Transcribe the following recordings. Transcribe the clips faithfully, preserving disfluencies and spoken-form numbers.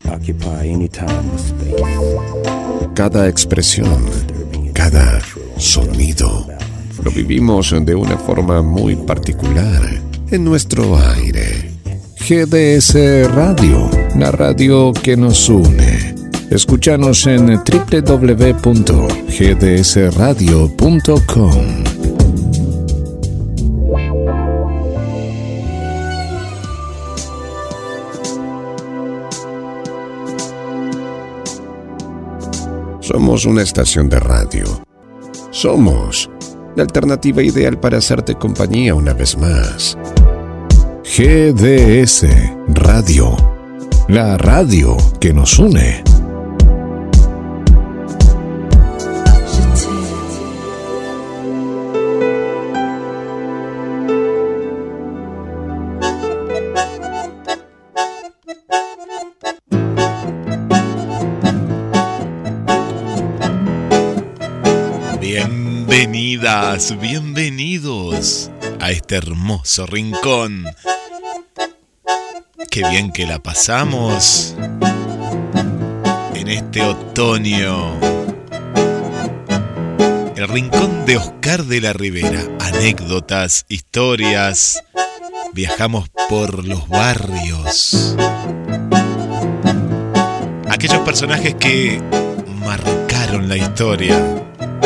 Cada expresión, cada sonido, lo vivimos de una forma muy particular en nuestro aire. G D S Radio, la radio que nos une. Escúchanos en doble u doble u doble u punto g d s radio punto com. Somos una estación de radio. Somos la alternativa ideal para hacerte compañía una vez más. G D S Radio, la radio que nos une. Bienvenidas, bienvenidos a este hermoso rincón. Qué bien que la pasamos en este otoño. El rincón de Oscar de la Ribera. Anécdotas, historias. Viajamos por los barrios. Aquellos personajes que marcaron la historia.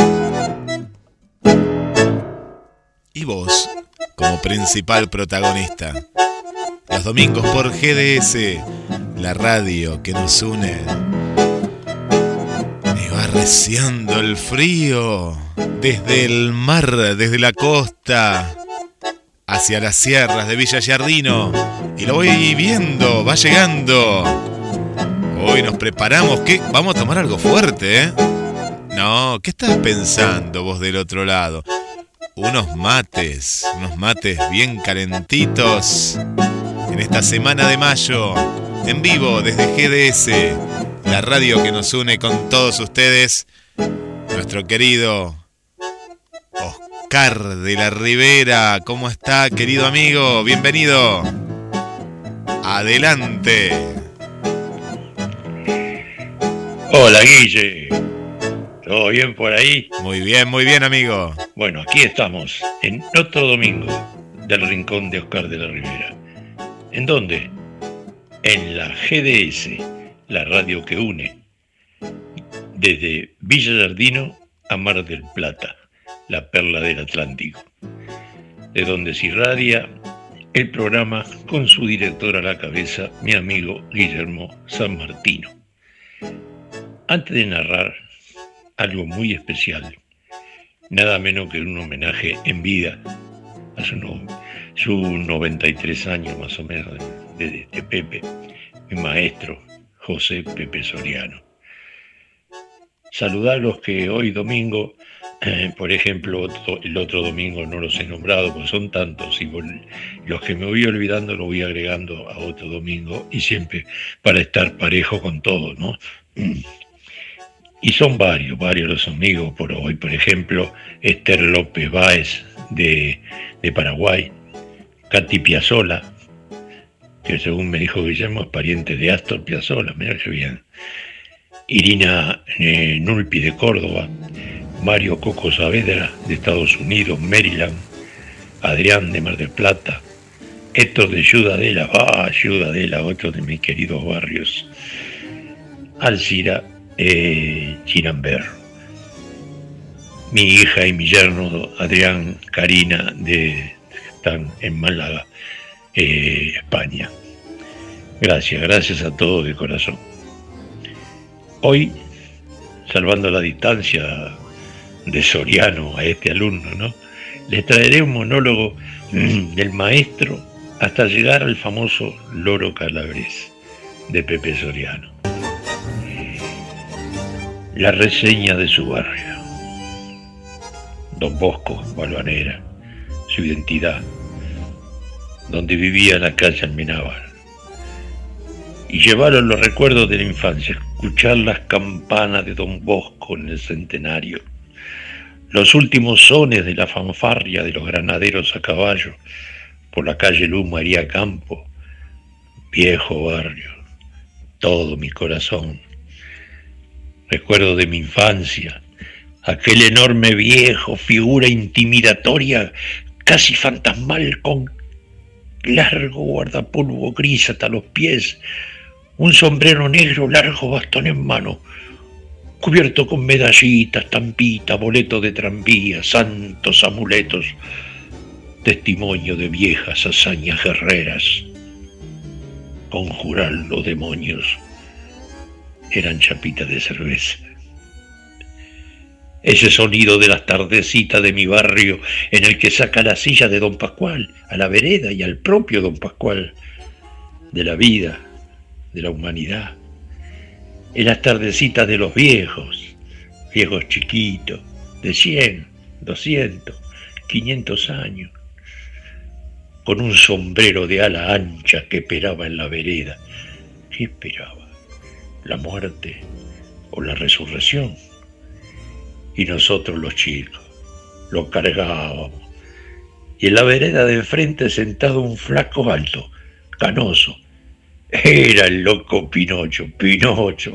Y vos, como principal protagonista. Los domingos por G D S, la radio que nos une. Me va arreciando el frío desde el mar, desde la costa, hacia las sierras de Villa Giardino. Y lo voy viendo, va llegando. Hoy nos preparamos, ¿qué? Vamos a tomar algo fuerte, ¿eh? No, ¿qué estás pensando vos del otro lado? Unos mates, unos mates bien calentitos. En esta semana de mayo, en vivo desde G D S, la radio que nos une con todos ustedes, nuestro querido Oscar de la Ribera. ¿Cómo está, querido amigo? Bienvenido. Adelante. Hola, Guille. ¿Todo bien por ahí? Muy bien, muy bien, amigo. Bueno, aquí estamos, en otro domingo del rincón de Oscar de la Ribera. ¿En dónde? En la G D S, la radio que une, desde Villa Giardino a Mar del Plata, la perla del Atlántico, de donde se irradia el programa con su director a la cabeza, mi amigo Guillermo San Martino. Antes de narrar algo muy especial, nada menos que un homenaje en vida a su, no, su noventa y tres años más o menos de, de, de Pepe, mi maestro José Pepe Soriano. Saludar a los que hoy domingo, eh, por ejemplo, otro, el otro domingo no los he nombrado, porque son tantos, y por los que me voy olvidando los voy agregando a otro domingo, y siempre para estar parejo con todos, ¿no? Y son varios, varios los amigos por hoy. Por ejemplo, Esther López Báez de, de Paraguay, Katy Piazzolla, que según me dijo Guillermo es pariente de Astor Piazzolla, mirá que bien. Irina eh, Nulpi de Córdoba, Mario Coco Saavedra de Estados Unidos, Maryland, Adrián de Mar del Plata, Héctor de Ciudadela, ah, Ciudadela, otro de mis queridos barrios, Alcira Eh, Chinamber, mi hija y mi yerno Adrián, Karina, de, están en Málaga, eh, España. Gracias, gracias a todos de corazón. Hoy, salvando la distancia de Soriano a este alumno, ¿no?, les traeré un monólogo mmm, del maestro hasta llegar al famoso Loro Calabrés de Pepe Soriano. La reseña de su barrio. Don Bosco, Balvanera, su identidad, donde vivía la calle Almenábar. Y llevaron los recuerdos de la infancia, escuchar las campanas de Don Bosco en el centenario, los últimos sones de la fanfarria de los granaderos a caballo por la calle Luz María Campo, viejo barrio, todo mi corazón. Recuerdo de mi infancia, aquel enorme viejo, figura intimidatoria, casi fantasmal, con largo guardapolvo gris hasta los pies, un sombrero negro, largo bastón en mano, cubierto con medallitas, tampitas, boletos de tranvía, santos amuletos, testimonio de viejas hazañas guerreras. Conjurar los demonios eran chapitas de cerveza. Ese sonido de las tardecitas de mi barrio, en el que saca la silla de don Pascual, a la vereda y al propio don Pascual, de la vida, de la humanidad. En las tardecitas de los viejos, viejos chiquitos, de cien, doscientos, quinientos años, con un sombrero de ala ancha que esperaba en la vereda. ¿Qué esperaba? ¿La muerte o la resurrección? Y nosotros los chicos lo cargábamos. Y en la vereda de enfrente sentado un flaco alto, canoso. Era el loco Pinocho, Pinocho.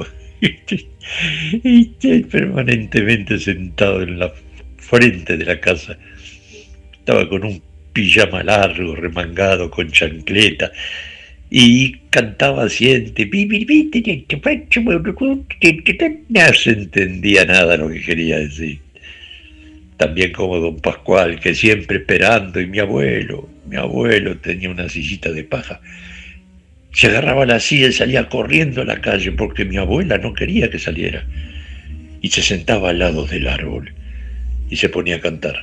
Y permanentemente sentado en la frente de la casa. Estaba con un pijama largo, remangado, con chancleta, y cantaba siente. No se entendía nada lo que quería decir. También como don Pascual, que siempre esperando, y mi abuelo, mi abuelo tenía una sillita de paja. Se agarraba la silla y salía corriendo a la calle porque mi abuela no quería que saliera. Y se sentaba al lado del árbol y se ponía a cantar.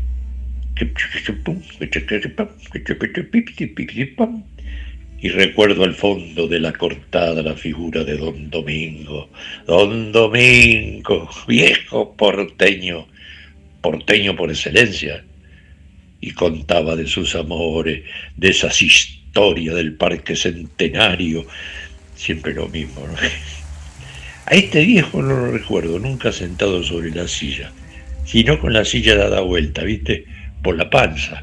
Y recuerdo al fondo de la cortada la figura de don Domingo. Don Domingo, viejo porteño, porteño por excelencia. Y contaba de sus amores, de esas historias del Parque Centenario. Siempre lo mismo, ¿no? A este viejo no lo recuerdo nunca sentado sobre la silla, sino con la silla dada vuelta, ¿viste? Por la panza.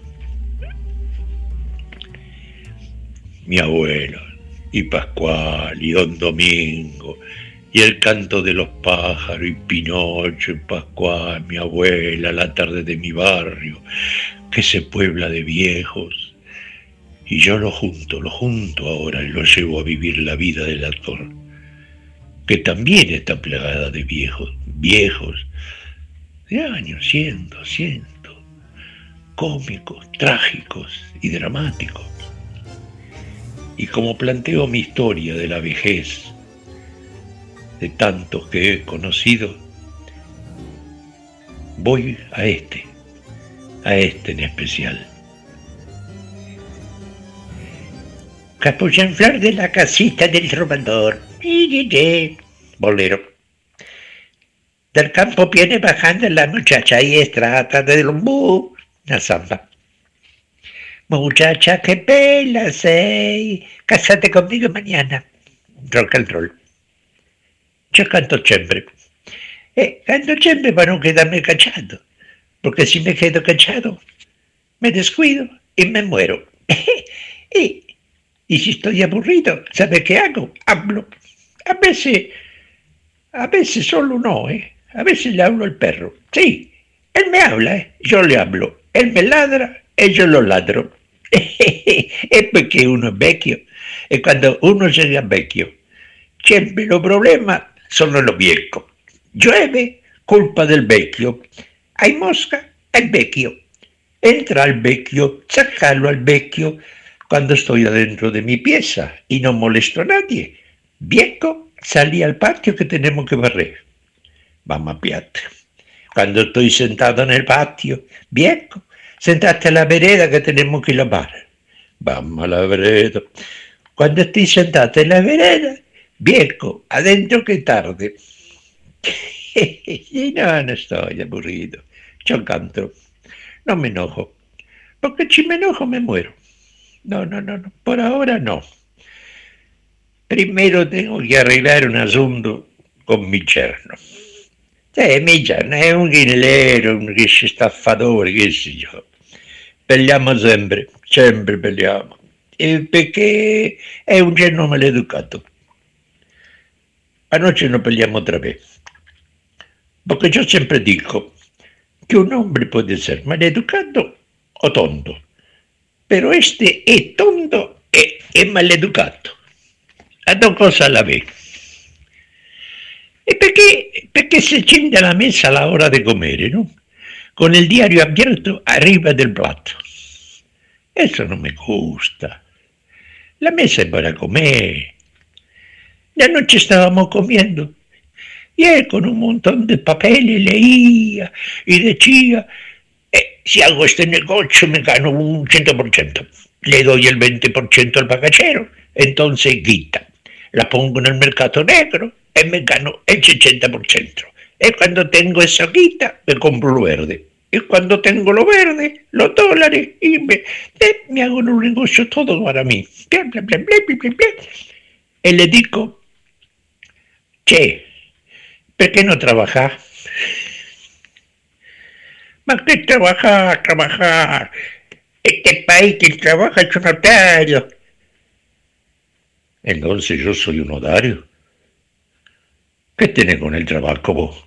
Mi abuelo, y Pascual, y don Domingo, y el canto de los pájaros, y Pinocho, y Pascual, mi abuela, la tarde de mi barrio, que se puebla de viejos. Y yo lo junto, lo junto ahora, y lo llevo a vivir la vida del actor, que también está plagada de viejos, viejos, de años, cien, doscientos, cómicos, trágicos y dramáticos. Y como planteo mi historia de la vejez, de tantos que he conocido, voy a este, a este en especial. Capuchanflor de la casita del trovador, bolero. Del campo viene bajando la muchacha y estrata del bu, una samba. Muchacha, qué bella sei, cásate conmigo mañana. Rock and roll. Yo canto siempre. Eh, canto siempre para no quedarme cachado, porque si me quedo cachado, me descuido y me muero. y, y si estoy aburrido, ¿sabe qué hago? Hablo. A veces, a veces solo no, ¿eh? A veces le hablo al perro. Sí, él me habla, ¿eh? Yo le hablo. Él me ladra e io lo ladro. È perché uno è vecchio, e quando uno llega vecchio, sempre lo problema sono lo viejo. Llueve, colpa del vecchio. Hay mosca, el vecchio. Entra al vecchio, sacarlo al vecchio. Cuando estoy adentro de mi pieza y no molesto a nadie, viejo, salí al patio que tenemos que barrer. Vamos a piate. Cuando estoy sentado en el patio, viejo, sentate a la vereda que tenemos que lavar. Vamos a la vereda. Cuando estoy sentado en la vereda, viejo, adentro que tarde. Y no, no estoy aburrido. Yo canto. No me enojo. Porque si me enojo me muero. No, no, no, no. Por ahora no. Primero tengo que arreglar un asunto con mi yerno. Eh, mi yerno è un ghinellero, un staffadore, che so io. Parliamo sempre, sempre parliamo. E perché è un yerno maleducato. anoche nos peleamos otra vez. Porque yo siempre digo que un hombre puede ser maleducado o tonto, pero este es tonto e è maleducato. A due cose alla vez. E perché, perché si accende la mesa a la hora de comer, ¿no? Con el diario abierto arriba del plato. Eso no me gusta. La mesa es para comer. La noche estábamos comiendo y él con un montón de papeles leía y decía, eh, si hago este negocio me gano un cien por ciento. Le doy el veinte por ciento al bagachero, entonces guita. La pongo en el mercado negro y me gano el sesenta por ciento. Y cuando tengo esa guita, me compro lo verde. Y cuando tengo lo verde, los dólares, y me, eh, me hago un negocio todo para mí. Bla, bla, bla, bla, bla, bla, bla. Y le digo, che, ¿por qué no trabajar? ¿Más que trabajar, trabajar? Este país que trabaja es un otario. Entonces yo soy un otario. ¿Qué tenés con el trabajo vos?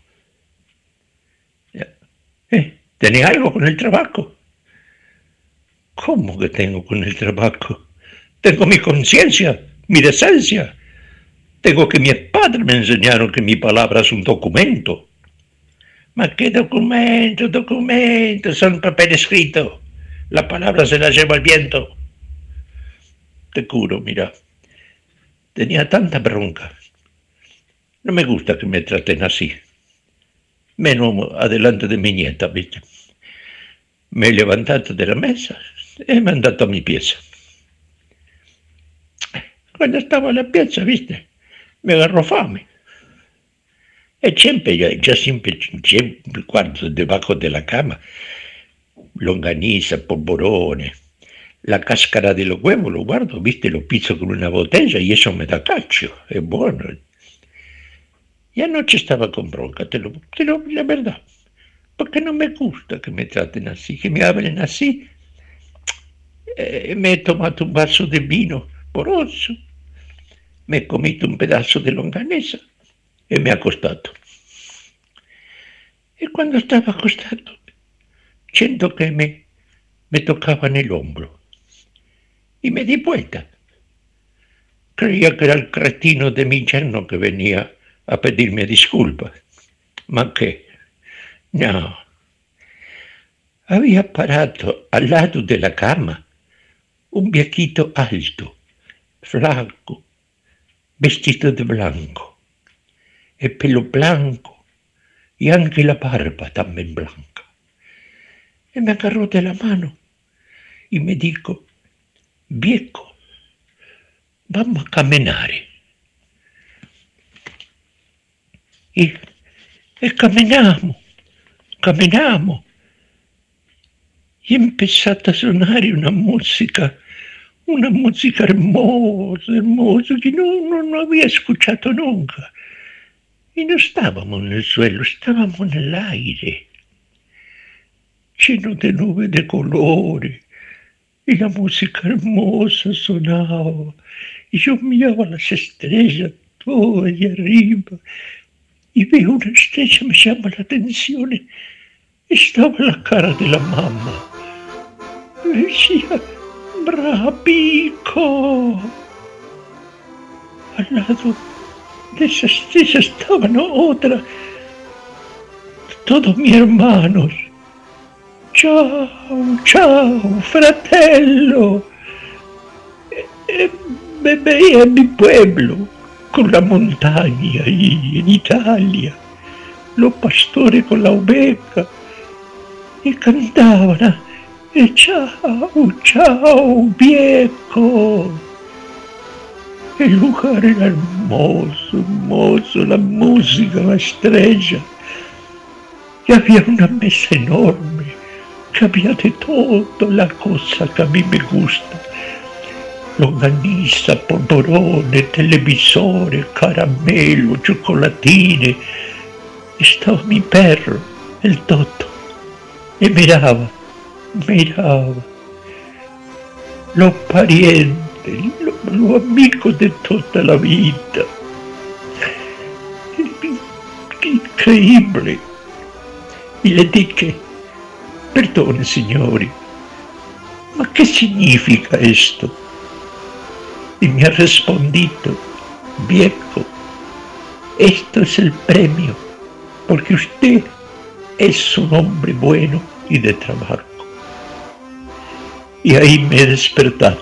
¿Eh? ¿Tenés algo con el trabajo? ¿Cómo que tengo con el trabajo? Tengo mi conciencia, mi decencia. Tengo que mis padres me enseñaron que mi palabra es un documento. ¿Ma qué documento, documento? Son papel escrito. La palabra se la lleva el viento. Te juro, mira. Tenía tanta bronca. No me gusta que me traten así. Menos adelante de mi nieta, ¿viste? Me he levantado de la mesa y me he andado a mi pieza. Cuando estaba en la pieza, ¿viste? Me agarró fame. Y siempre, yo, yo siempre, siempre guardo debajo de la cama longaniza, polvorones, la cáscara de los huevos, lo guardo, ¿viste? Lo piso con una botella y eso me da cacho. Es bueno. Y anoche estaba con bronca, te lo, te lo, la verdad, porque no me gusta que me traten así, que me hablen así. Eh, me he tomado un vaso de vino poroso, me he comido un pedazo de longaniza y me he acostado. Y cuando estaba acostado, siento que me, me tocaban el hombro y me di vuelta. Creía que era el cretino de mi yerno que venía a pedirme disculpas. ¿Ma qué? No. Había parado al lado de la cama un viejito alto, flaco, vestido de blanco, el pelo blanco y anche la barba también blanca. Y me agarró de la mano y me dijo, viejo, vamos a caminar. Y, y caminamos, caminamos. Y empezó a sonar una música, una música hermosa, hermosa, que no, no, no había escuchado nunca. Y no estábamos en el suelo, estábamos en el aire, lleno de nubes de colores. Y la música hermosa sonaba. Y yo miraba las estrellas, todo allí arriba. Y veo una estrella, me llama la atención. Estaba la cara de la mamá. Me decía, Bravico. Al lado de esa estrella estaban otra. Todos mis hermanos. Ciao, ciao, fratello. E me veía en mi pueblo, con la montaña ahí en Italia, los pastores con la oveja, y cantaban, e ciao, ciao, viejo. El lugar era hermoso, hermoso, la música, la estrella. Y había una mesa enorme, que había de todo, la cosa que a mí me gusta. Longaniza, polvorones, televisores, caramelo, chocolatines. Estaba mi perro, el Toto, y miraba, miraba. Los parientes, los, los amigos de toda la vida. increíble. Y le dije, perdone signori, ma che significa esto? Y me ha respondido, viejo, esto es el premio, porque usted es un hombre bueno y de trabajo. Y ahí me he despertado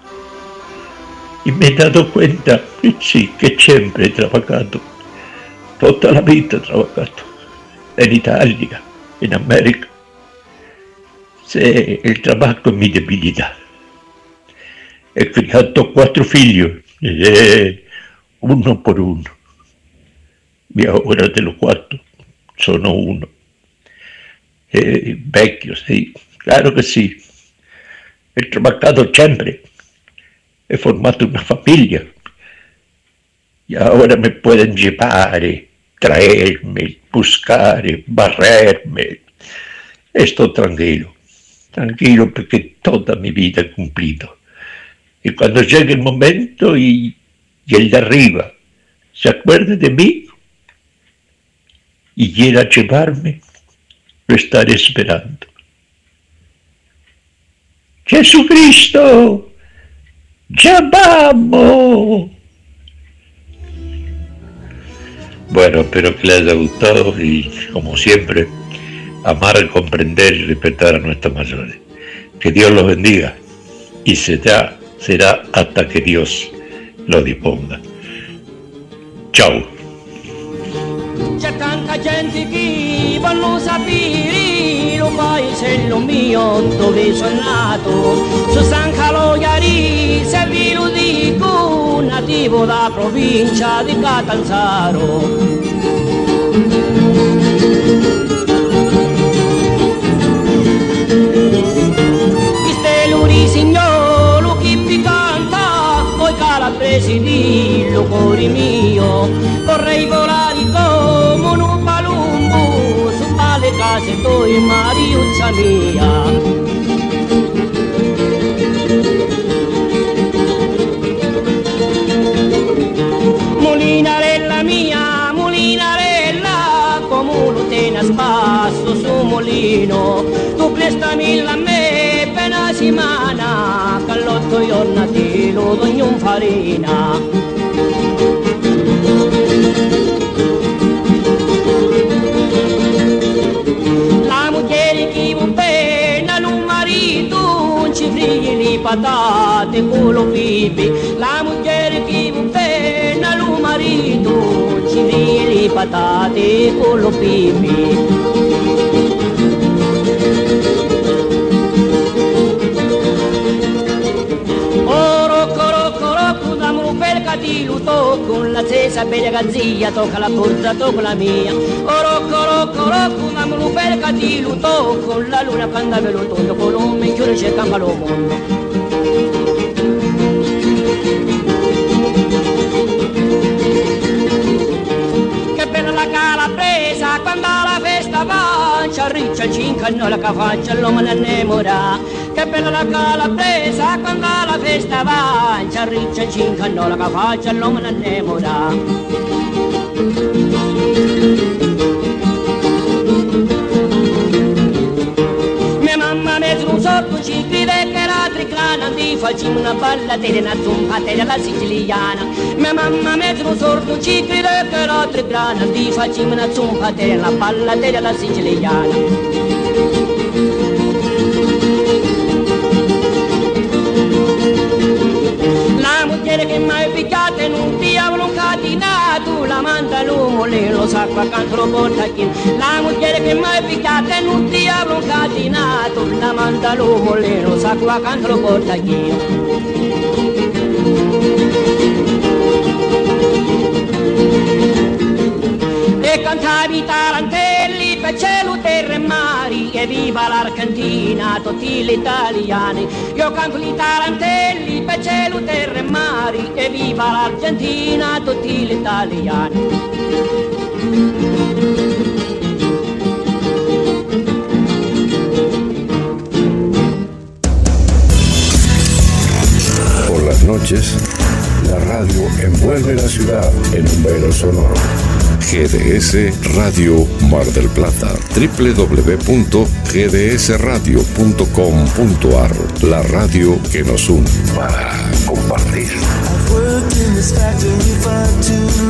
y me he dado cuenta, sí, que siempre he trabajado, toda la vida he trabajado, en Italia, en América. Sí, el trabajo es mi debilidad. He criado cuatro hijos, eh, uno por uno. Y ahora de los cuatro, sono uno. Eh, vecchio, sí, claro que sí. He trabajado siempre. He formado una familia. Y ahora me pueden llevar, traerme, buscar, barrerme. Estoy tranquilo. Tranquilo porque toda mi vida he cumplido. Y cuando llegue el momento y, y el de arriba se acuerde de mí y quiera llevarme, lo estaré esperando. ¡Jesucristo! ¡Ya vamos! Bueno, espero que les haya gustado y, como siempre, amar, comprender y respetar a nuestros mayores. Que Dios los bendiga y será, será hasta que Dios lo disponga. Chao. C'è tanta gente che vogliono sapere lo paesello mio dove sono nato. Su San Calogari, se vi lo dico, nativo da provincia di Catanzaro. Signolo chi mi canta, poi calabresi dillo cuore mio, vorrei volare come un palumbo su alle case tue Mariuzza mia. Molinarella mia, molinarella, come un tena spasso su molino, tu prestami la me per una settimana, che l'otto giornati lo do in farina. La moglie che vuol bene al marito, ci frigli le patate con lo pipi. La moglie che vuol bene al marito, ci frigli le patate con lo pipi. Di luto con la stessa bella gazzia, tocca la porta, tocca la mia. Oh rocco, rocco, rocco, una mulupelca di luto con la luna quando ve lo tondo, con un minchione cerca lo mondo. Che bella la calabresa quando alla festa va, ci arriccia cinque la cafaccia, l'uomo la innamora. Che bella la calabresa quando alla festa va, ci arriccia cinque la cafaccia, l'uomo la innamora. Mia mamma mezzo un sordo ci crede che era triclana, di facciamo una ballatera, una zompatera alla siciliana. Mia mamma mezzo un sordo ci crede che era triclana, di facciamo una zompatera, una ballatera alla siciliana. La moglie che mai picchiate non ti avevano catinato, la manda l'uomo lì lo sa qua canto lo porta chi. La moglie che mai picchiate non ti avevano catinato, la manda l'uomo lì lo sa qua canto lo porta chi. E cantavi tarantelli per cielo, terra e mari, e viva l'Argentina, tutti gli italiani. Io canto i tarantelli per cielo, terra e mari, e viva l'Argentina, tutti gli italiani. Por las noches, la radio envuelve la ciudad en un velo sonoro. G D S Radio Mar del Plata. doble u doble u doble u punto g d s radio punto com punto a r. La radio que nos une para compartir. I've worked in this factory for too long.